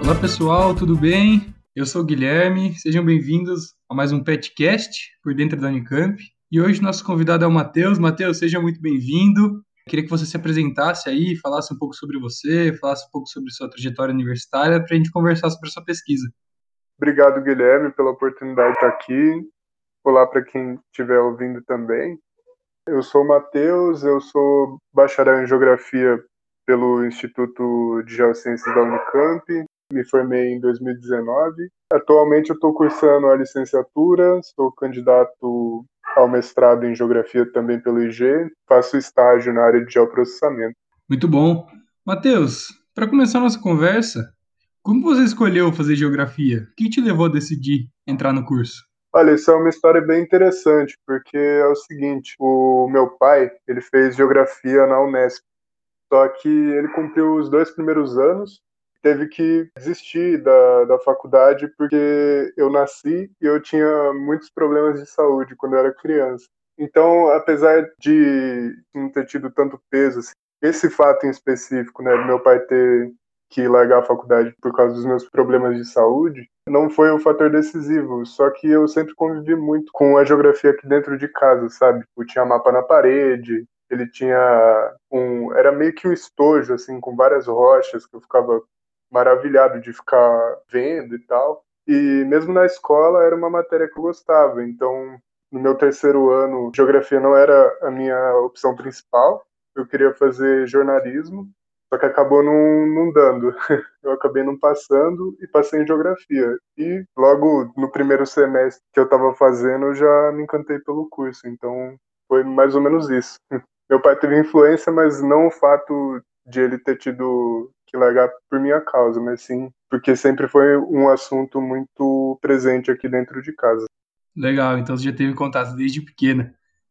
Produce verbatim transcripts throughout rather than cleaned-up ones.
Olá pessoal, tudo bem? Eu sou o Guilherme, sejam bem-vindos a mais um PetCast por dentro da Unicamp. E hoje nosso convidado é o Matheus. Matheus, seja muito bem-vindo. Queria que você se apresentasse aí, falasse um pouco sobre você, falasse um pouco sobre sua trajetória universitária para a gente conversar sobre a sua pesquisa. Obrigado, Guilherme, pela oportunidade de estar aqui. Olá para quem estiver ouvindo também. Eu sou o Matheus, eu sou bacharel em Geografia pelo Instituto de Geociências da Unicamp. Me formei em dois mil e dezenove. Atualmente eu estou cursando a licenciatura, sou candidato ao mestrado em Geografia também pelo I G. Faço estágio na área de geoprocessamento. Muito bom. Matheus, para começar a nossa conversa, como você escolheu fazer geografia? O que te levou a decidir entrar no curso? Olha, isso é uma história bem interessante, porque é o seguinte, o meu pai, ele fez geografia na Unesp, só que ele cumpriu os dois primeiros anos, teve que desistir da, da faculdade porque eu nasci e eu tinha muitos problemas de saúde quando eu era criança. Então, apesar de não ter tido tanto peso, assim, esse fato em específico, né, do meu pai ter que largar a faculdade por causa dos meus problemas de saúde, não foi um fator decisivo, só que eu sempre convivi muito com a geografia aqui dentro de casa, sabe? Eu tinha mapa na parede, ele tinha um... era meio que um estojo, assim, com várias rochas, que eu ficava maravilhado de ficar vendo e tal. E mesmo na escola era uma matéria que eu gostava, então no meu terceiro ano, geografia não era a minha opção principal, eu queria fazer jornalismo, só que acabou não, não dando. Eu acabei não passando e passei em geografia. E logo no primeiro semestre que eu estava fazendo, eu já me encantei pelo curso. Então foi mais ou menos isso. Meu pai teve influência, mas não o fato de ele ter tido que largar por minha causa, mas sim porque sempre foi um assunto muito presente aqui dentro de casa. Legal, então você já teve contato desde pequena.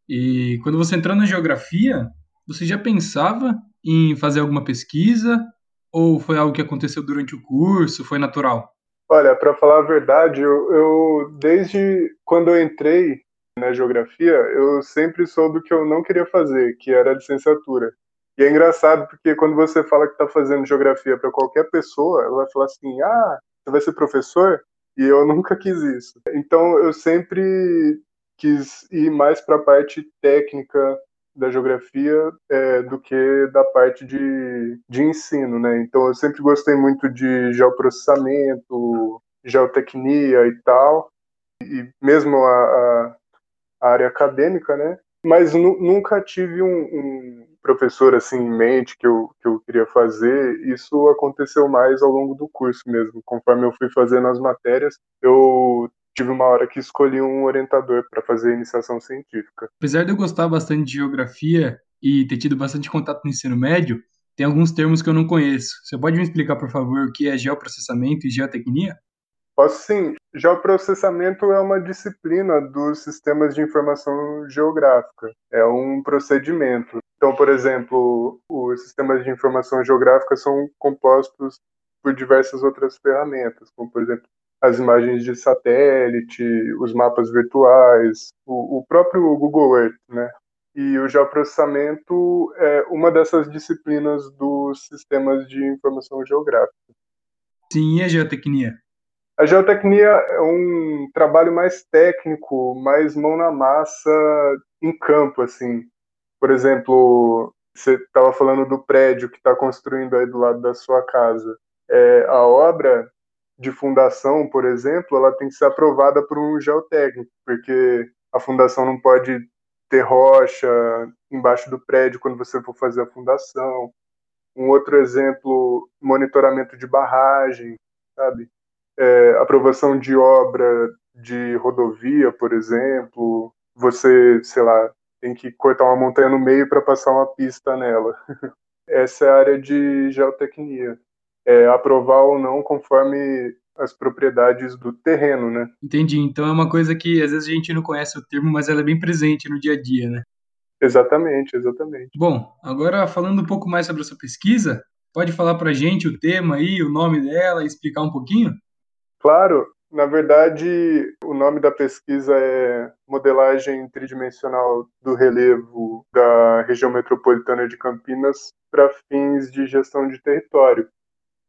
E quando você entrou na geografia, você já pensava em fazer alguma pesquisa? Ou foi algo que aconteceu durante o curso, foi natural? Olha, para falar a verdade, eu, eu desde quando eu entrei na geografia, eu sempre soube o que eu não queria fazer, que era a licenciatura. E é engraçado porque quando você fala que está fazendo geografia para qualquer pessoa, ela vai falar assim: ah, você vai ser professor? E eu nunca quis isso. Então eu sempre quis ir mais para a parte técnica da geografia é, do que da parte de, de ensino, né? Então eu sempre gostei muito de geoprocessamento, geotecnia e tal, e mesmo a, a a área acadêmica, né? Mas nu- nunca tive um, um professor assim em mente que eu, que eu queria fazer. Isso aconteceu mais ao longo do curso mesmo. Conforme eu fui fazendo as matérias, eu tive uma hora que escolhi um orientador para fazer iniciação científica. Apesar de eu gostar bastante de geografia e ter tido bastante contato no ensino médio, tem alguns termos que eu não conheço. Você pode me explicar, por favor, o que é geoprocessamento e geotecnia? Posso sim. Geoprocessamento é uma disciplina dos sistemas de informação geográfica. É um procedimento. Então, por exemplo, os sistemas de informação geográfica são compostos por diversas outras ferramentas, como, por exemplo, as imagens de satélite, os mapas virtuais, o, o próprio Google Earth, né? E o geoprocessamento é uma dessas disciplinas dos sistemas de informação geográfica. Sim, e a geotecnia? A geotecnia é um trabalho mais técnico, mais mão na massa em campo, assim. Por exemplo, você estava falando do prédio que está construindo aí do lado da sua casa. É, a obra de fundação, por exemplo, ela tem que ser aprovada por um geotécnico, porque a fundação não pode ter rocha embaixo do prédio quando você for fazer a fundação. Um outro exemplo, monitoramento de barragem, sabe? É, aprovação de obra de rodovia, por exemplo, você, sei lá, tem que cortar uma montanha no meio para passar uma pista nela. Essa é a área de geotecnia. É, aprovar ou não conforme as propriedades do terreno, né? Entendi. Então é uma coisa que às vezes a gente não conhece o termo, mas ela é bem presente no dia a dia, né? Exatamente, exatamente. Bom, agora falando um pouco mais sobre a sua pesquisa, pode falar para a gente o tema aí, o nome dela, e explicar um pouquinho? Claro, na verdade, o nome da pesquisa é Modelagem Tridimensional do Relevo da Região Metropolitana de Campinas para fins de gestão de território.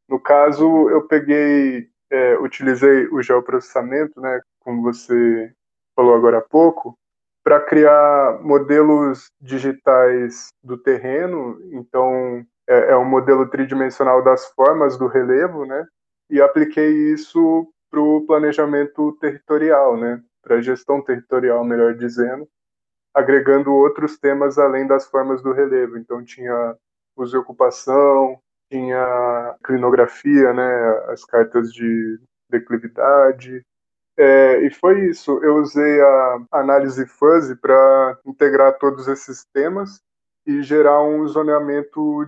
No caso, eu peguei, é, utilizei o geoprocessamento, né, como você falou agora há pouco, para criar modelos digitais do terreno. Então, é, é um modelo tridimensional das formas do relevo, né, e apliquei isso para o planejamento territorial, né, para a gestão territorial, melhor dizendo, agregando outros temas além das formas do relevo. Então, tinha uso e ocupação, tinha clinografia, né, as cartas de declividade. É, e foi isso. Eu usei a análise fuzzy para integrar todos esses temas e gerar um zoneamento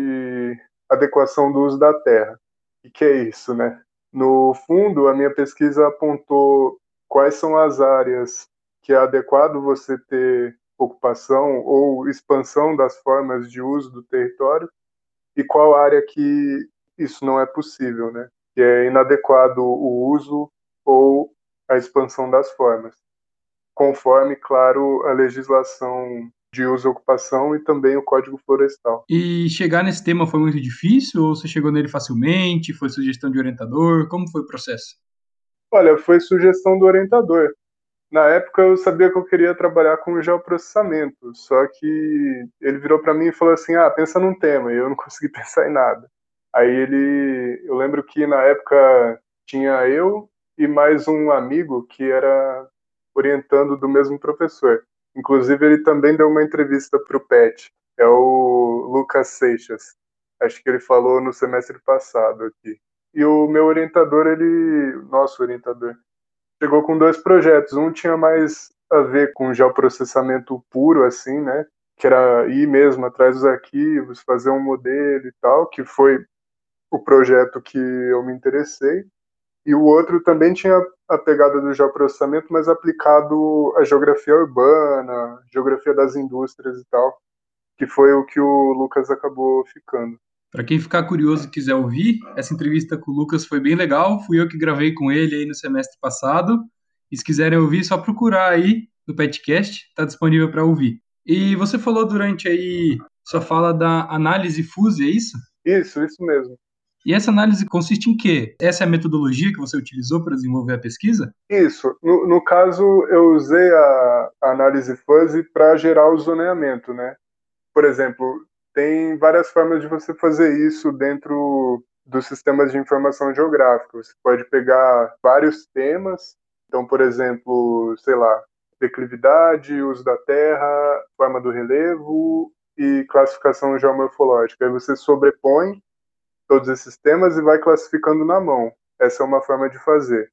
de adequação do uso da terra. O que é isso, né? No fundo, a minha pesquisa apontou quais são as áreas que é adequado você ter ocupação ou expansão das formas de uso do território e qual área que isso não é possível, né? Que é inadequado o uso ou a expansão das formas, conforme, claro, a legislação de uso e ocupação e também o Código Florestal. E chegar nesse tema foi muito difícil ou você chegou nele facilmente? Foi sugestão de orientador? Como foi o processo? Olha, foi sugestão do orientador. Na época eu sabia que eu queria trabalhar com geoprocessamento, só que ele virou para mim e falou assim: "Ah, pensa num tema", e eu não consegui pensar em nada. Aí ele, eu lembro que na época tinha eu e mais um amigo que era orientando do mesmo professor. Inclusive ele também deu uma entrevista para o PET, é o Lucas Seixas. Acho que ele falou no semestre passado aqui. E o meu orientador, ele, nosso orientador, chegou com dois projetos. Um tinha mais a ver com geoprocessamento puro, assim, né? Que era ir mesmo atrás dos arquivos, fazer um modelo e tal, que foi o projeto que eu me interessei. E o outro também tinha a pegada do geoprocessamento, mas aplicado à geografia urbana, geografia das indústrias e tal, que foi o que o Lucas acabou ficando. Para quem ficar curioso e quiser ouvir, essa entrevista com o Lucas foi bem legal. Fui eu que gravei com ele aí no semestre passado. E se quiserem ouvir, é só procurar aí no podcast, está disponível para ouvir. E você falou durante aí sua fala da análise fuzzy, é isso? Isso, isso mesmo. E essa análise consiste em quê? Essa é a metodologia que você utilizou para desenvolver a pesquisa? Isso. No, no caso, eu usei a, a análise fuzzy para gerar o zoneamento, né? Por exemplo, tem várias formas de você fazer isso dentro dos sistemas de informação geográfica. Você pode pegar vários temas, então, por exemplo, sei lá, declividade, uso da terra, forma do relevo e classificação geomorfológica. Aí você sobrepõe todos esses temas e vai classificando na mão. Essa é uma forma de fazer.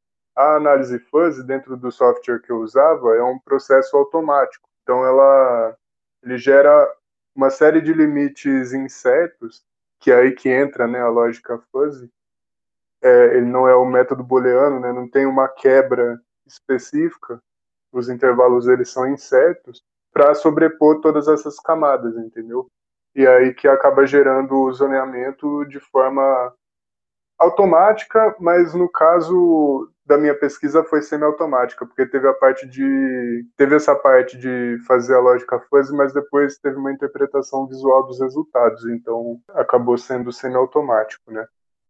A análise fuzzy, dentro do software que eu usava, é um processo automático. Então, ela, ele gera uma série de limites incertos, que é aí que entra, né, a lógica fuzzy. É, ele não é o método booleano, né, não tem uma quebra específica, os intervalos eles são incertos, para sobrepor todas essas camadas, entendeu? E aí que acaba gerando o zoneamento de forma automática, mas no caso da minha pesquisa foi semiautomática, porque teve a parte de teve essa parte de fazer a lógica fuzzy, mas depois teve uma interpretação visual dos resultados, então acabou sendo semiautomático, né?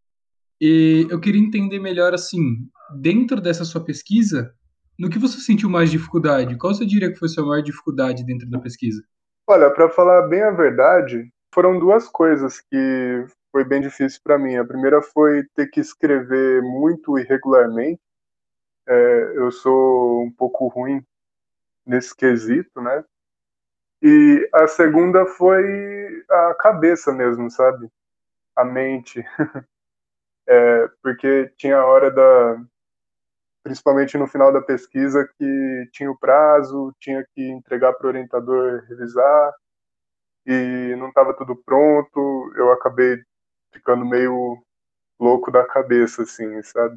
E eu queria entender melhor, assim, dentro dessa sua pesquisa, no que você sentiu mais dificuldade? Qual você diria que foi a sua maior dificuldade dentro da pesquisa? Olha, para falar bem a verdade, foram duas coisas que foi bem difícil para mim. A primeira foi ter que escrever muito irregularmente. É, eu sou um pouco ruim nesse quesito, né? E a segunda foi a cabeça mesmo, sabe? A mente. É, porque tinha hora da. Principalmente no final da pesquisa, que tinha o prazo, tinha que entregar para o orientador revisar, e não estava tudo pronto. Eu acabei ficando meio louco da cabeça, assim, sabe?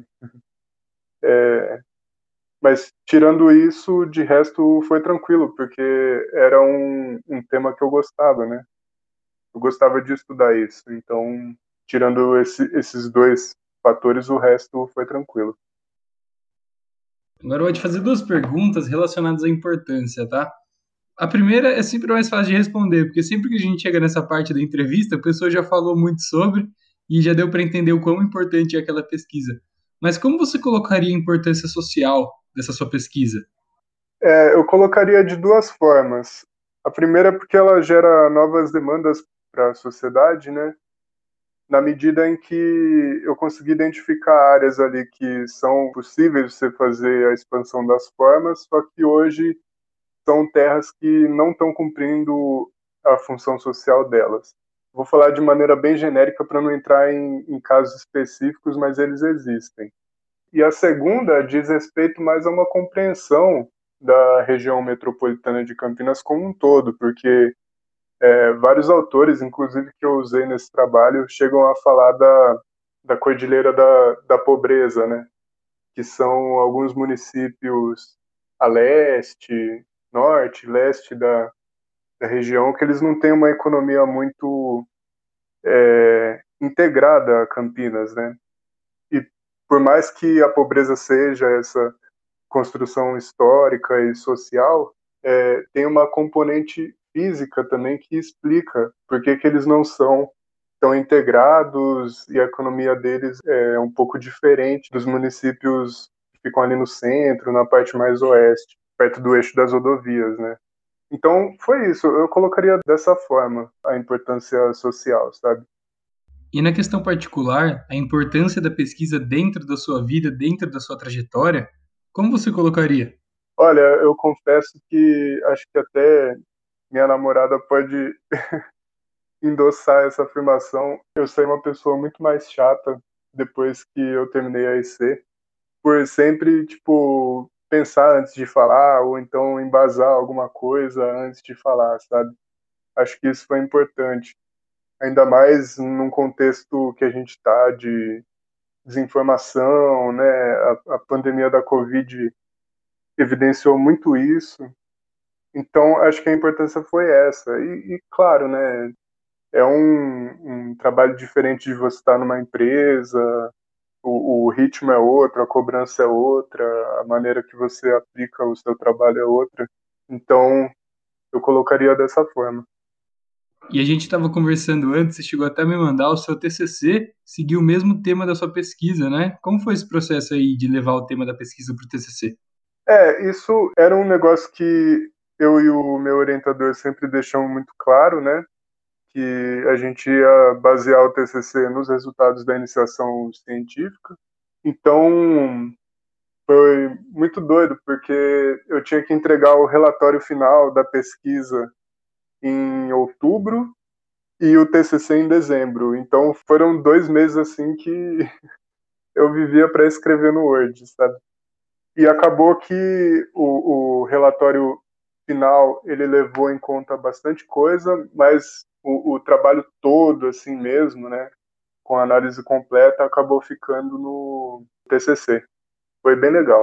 É, mas tirando isso, de resto foi tranquilo, porque era um, um tema que eu gostava, né? Eu gostava de estudar isso. Então, tirando esse, esses dois fatores, o resto foi tranquilo. Agora eu vou te fazer duas perguntas relacionadas à importância, tá? A primeira é sempre mais fácil de responder, porque sempre que a gente chega nessa parte da entrevista, a pessoa já falou muito sobre, e já deu para entender o quão importante é aquela pesquisa. Mas como você colocaria a importância social dessa sua pesquisa? É, eu colocaria de duas formas. A primeira é porque ela gera novas demandas para a sociedade, né? Na medida em que eu consegui identificar áreas ali que são possíveis de você fazer a expansão das formas, só que hoje são terras que não estão cumprindo a função social delas. Vou falar de maneira bem genérica para não entrar em, em casos específicos, mas eles existem. E a segunda diz respeito mais a uma compreensão da região metropolitana de Campinas como um todo, porque é, vários autores, inclusive que eu usei nesse trabalho, chegam a falar da, da Cordilheira da, da Pobreza, né? Que são alguns municípios a leste, norte, leste da, da região, que eles não têm uma economia muito é, integrada a Campinas, né? E por mais que a pobreza seja essa construção histórica e social, é, tem uma componente física também que explica por que, que eles não são tão integrados e a economia deles é um pouco diferente dos municípios que ficam ali no centro, na parte mais oeste, perto do eixo das rodovias, né? Então, foi isso. Eu colocaria dessa forma a importância social, sabe? E na questão particular, a importância da pesquisa dentro da sua vida, dentro da sua trajetória, como você colocaria? Olha, eu confesso que acho que até minha namorada pode endossar essa afirmação. Eu sou uma pessoa muito mais chata depois que eu terminei a I C, por sempre, tipo, pensar antes de falar, ou então embasar alguma coisa antes de falar, sabe? Acho que isso foi importante. Ainda mais num contexto que a gente está de desinformação, né? A, a pandemia da Covid evidenciou muito isso. Então, acho que a importância foi essa. E, e claro, né? É um, um trabalho diferente de você estar numa empresa, o, o ritmo é outro, a cobrança é outra, a maneira que você aplica o seu trabalho é outra. Então, eu colocaria dessa forma. E a gente estava conversando antes, você chegou até a me mandar o seu T C C, seguiu o mesmo tema da sua pesquisa, né? Como foi esse processo aí de levar o tema da pesquisa para o T C C? É, isso era um negócio que eu e o meu orientador sempre deixamos muito claro, né? Que a gente ia basear o T C C nos resultados da iniciação científica. Então, foi muito doido, porque eu tinha que entregar o relatório final da pesquisa em outubro e o T C C em dezembro. Então foram dois meses assim que eu vivia para escrever no Word, sabe? E acabou que o, o relatório final ele levou em conta bastante coisa, mas o, o trabalho todo, assim mesmo, né, com a análise completa, acabou ficando no T C C. Foi bem legal.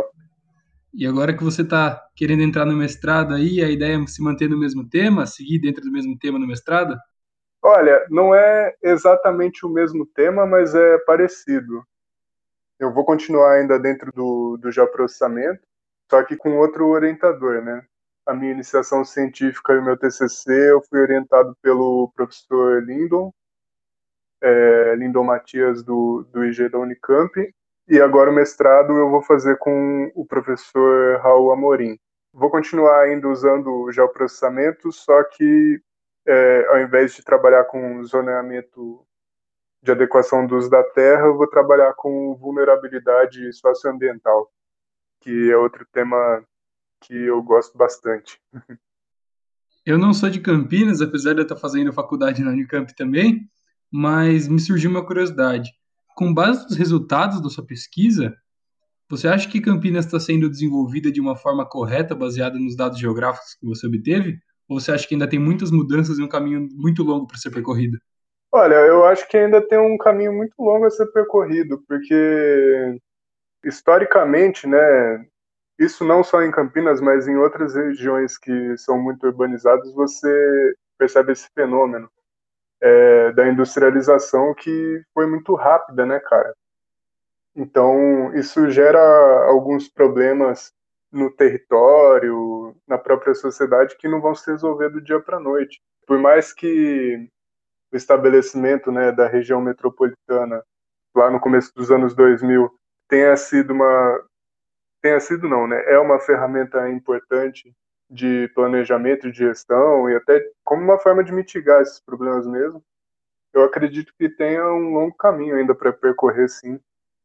E agora que você está querendo entrar no mestrado aí, a ideia é se manter no mesmo tema, seguir dentro do mesmo tema no mestrado? Olha, não é exatamente o mesmo tema, mas é parecido. Eu vou continuar ainda dentro do, do geoprocessamento, só que com outro orientador, né? A minha iniciação científica e o meu T C C, eu fui orientado pelo professor Lindon, é, Lindon Matias, do, do I G da Unicamp, e agora o mestrado eu vou fazer com o professor Raul Amorim. Vou continuar ainda usando o geoprocessamento, só que é, ao invés de trabalhar com zoneamento de adequação do uso da terra, eu vou trabalhar com vulnerabilidade socioambiental, que é outro tema que eu gosto bastante. Eu não sou de Campinas, apesar de eu estar fazendo faculdade na Unicamp também, mas me surgiu uma curiosidade. Com base nos resultados da sua pesquisa, você acha que Campinas está sendo desenvolvida de uma forma correta, baseada nos dados geográficos que você obteve? Ou você acha que ainda tem muitas mudanças e um caminho muito longo para ser percorrido? Olha, eu acho que ainda tem um caminho muito longo a ser percorrido, porque historicamente, né, isso não só em Campinas, mas em outras regiões que são muito urbanizadas, você percebe esse fenômeno é, da industrialização que foi muito rápida, né, cara? Então, isso gera alguns problemas no território, na própria sociedade, que não vão se resolver do dia para a noite. Por mais que o estabelecimento, né, da região metropolitana lá no começo dos anos dois mil tenha sido uma tenha sido não, né, é uma ferramenta importante de planejamento, de gestão e até como uma forma de mitigar esses problemas mesmo. Eu acredito que tenha um longo caminho ainda para percorrer, sim,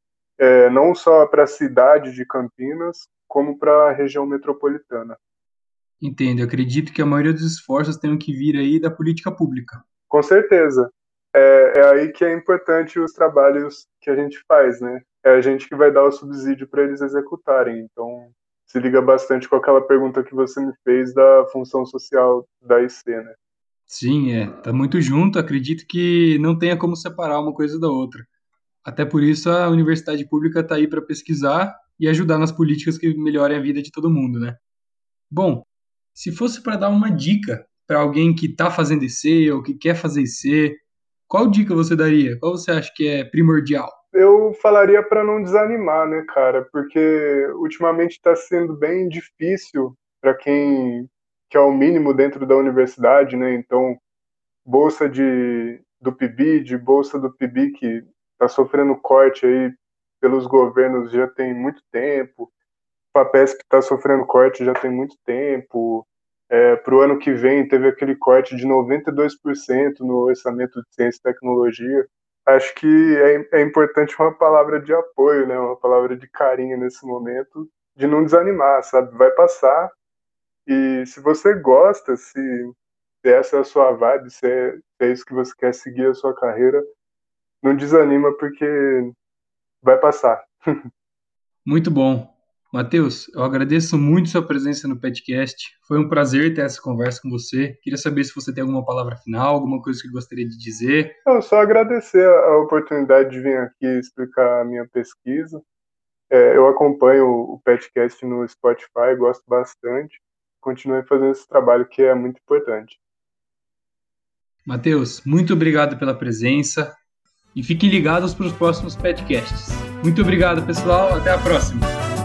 é, não só para a cidade de Campinas, como para a região metropolitana. Entendo. Eu acredito que a maioria dos esforços tenham que vir aí da política pública. Com certeza. É, é aí que é importante os trabalhos que a gente faz, né? É a gente que vai dar o subsídio para eles executarem. Então, se liga bastante com aquela pergunta que você me fez da função social da I C, né? Sim, é. Tá muito junto. Acredito que não tenha como separar uma coisa da outra. Até por isso a universidade pública está aí para pesquisar e ajudar nas políticas que melhorem a vida de todo mundo, né? Bom, se fosse para dar uma dica para alguém que está fazendo I C ou que quer fazer I C, qual dica você daria? Qual você acha que é primordial? Eu falaria para não desanimar, né, cara? Porque ultimamente está sendo bem difícil para quem quer o mínimo dentro da universidade, né? Então, bolsa de, do PIBID, bolsa do PIBIC que está sofrendo corte aí pelos governos já tem muito tempo, FAPESP está sofrendo corte já tem muito tempo, é, para o ano que vem teve aquele corte de noventa e dois por cento no orçamento de ciência e tecnologia. Acho que é, é importante uma palavra de apoio, né, uma palavra de carinho nesse momento, de não desanimar, sabe? Vai passar, e se você gosta, se se essa é a sua vibe, se é, se é isso que você quer seguir a sua carreira, não desanima porque vai passar. Muito bom. Matheus, eu agradeço muito sua presença no podcast. Foi um prazer ter essa conversa com você. Queria saber se você tem alguma palavra final, alguma coisa que gostaria de dizer. Eu só agradecer a, a oportunidade de vir aqui explicar a minha pesquisa. É, eu acompanho o podcast no Spotify, gosto bastante. Continue fazendo esse trabalho que é muito importante. Matheus, muito obrigado pela presença e fiquem ligados para os próximos podcasts. Muito obrigado, pessoal. Até a próxima.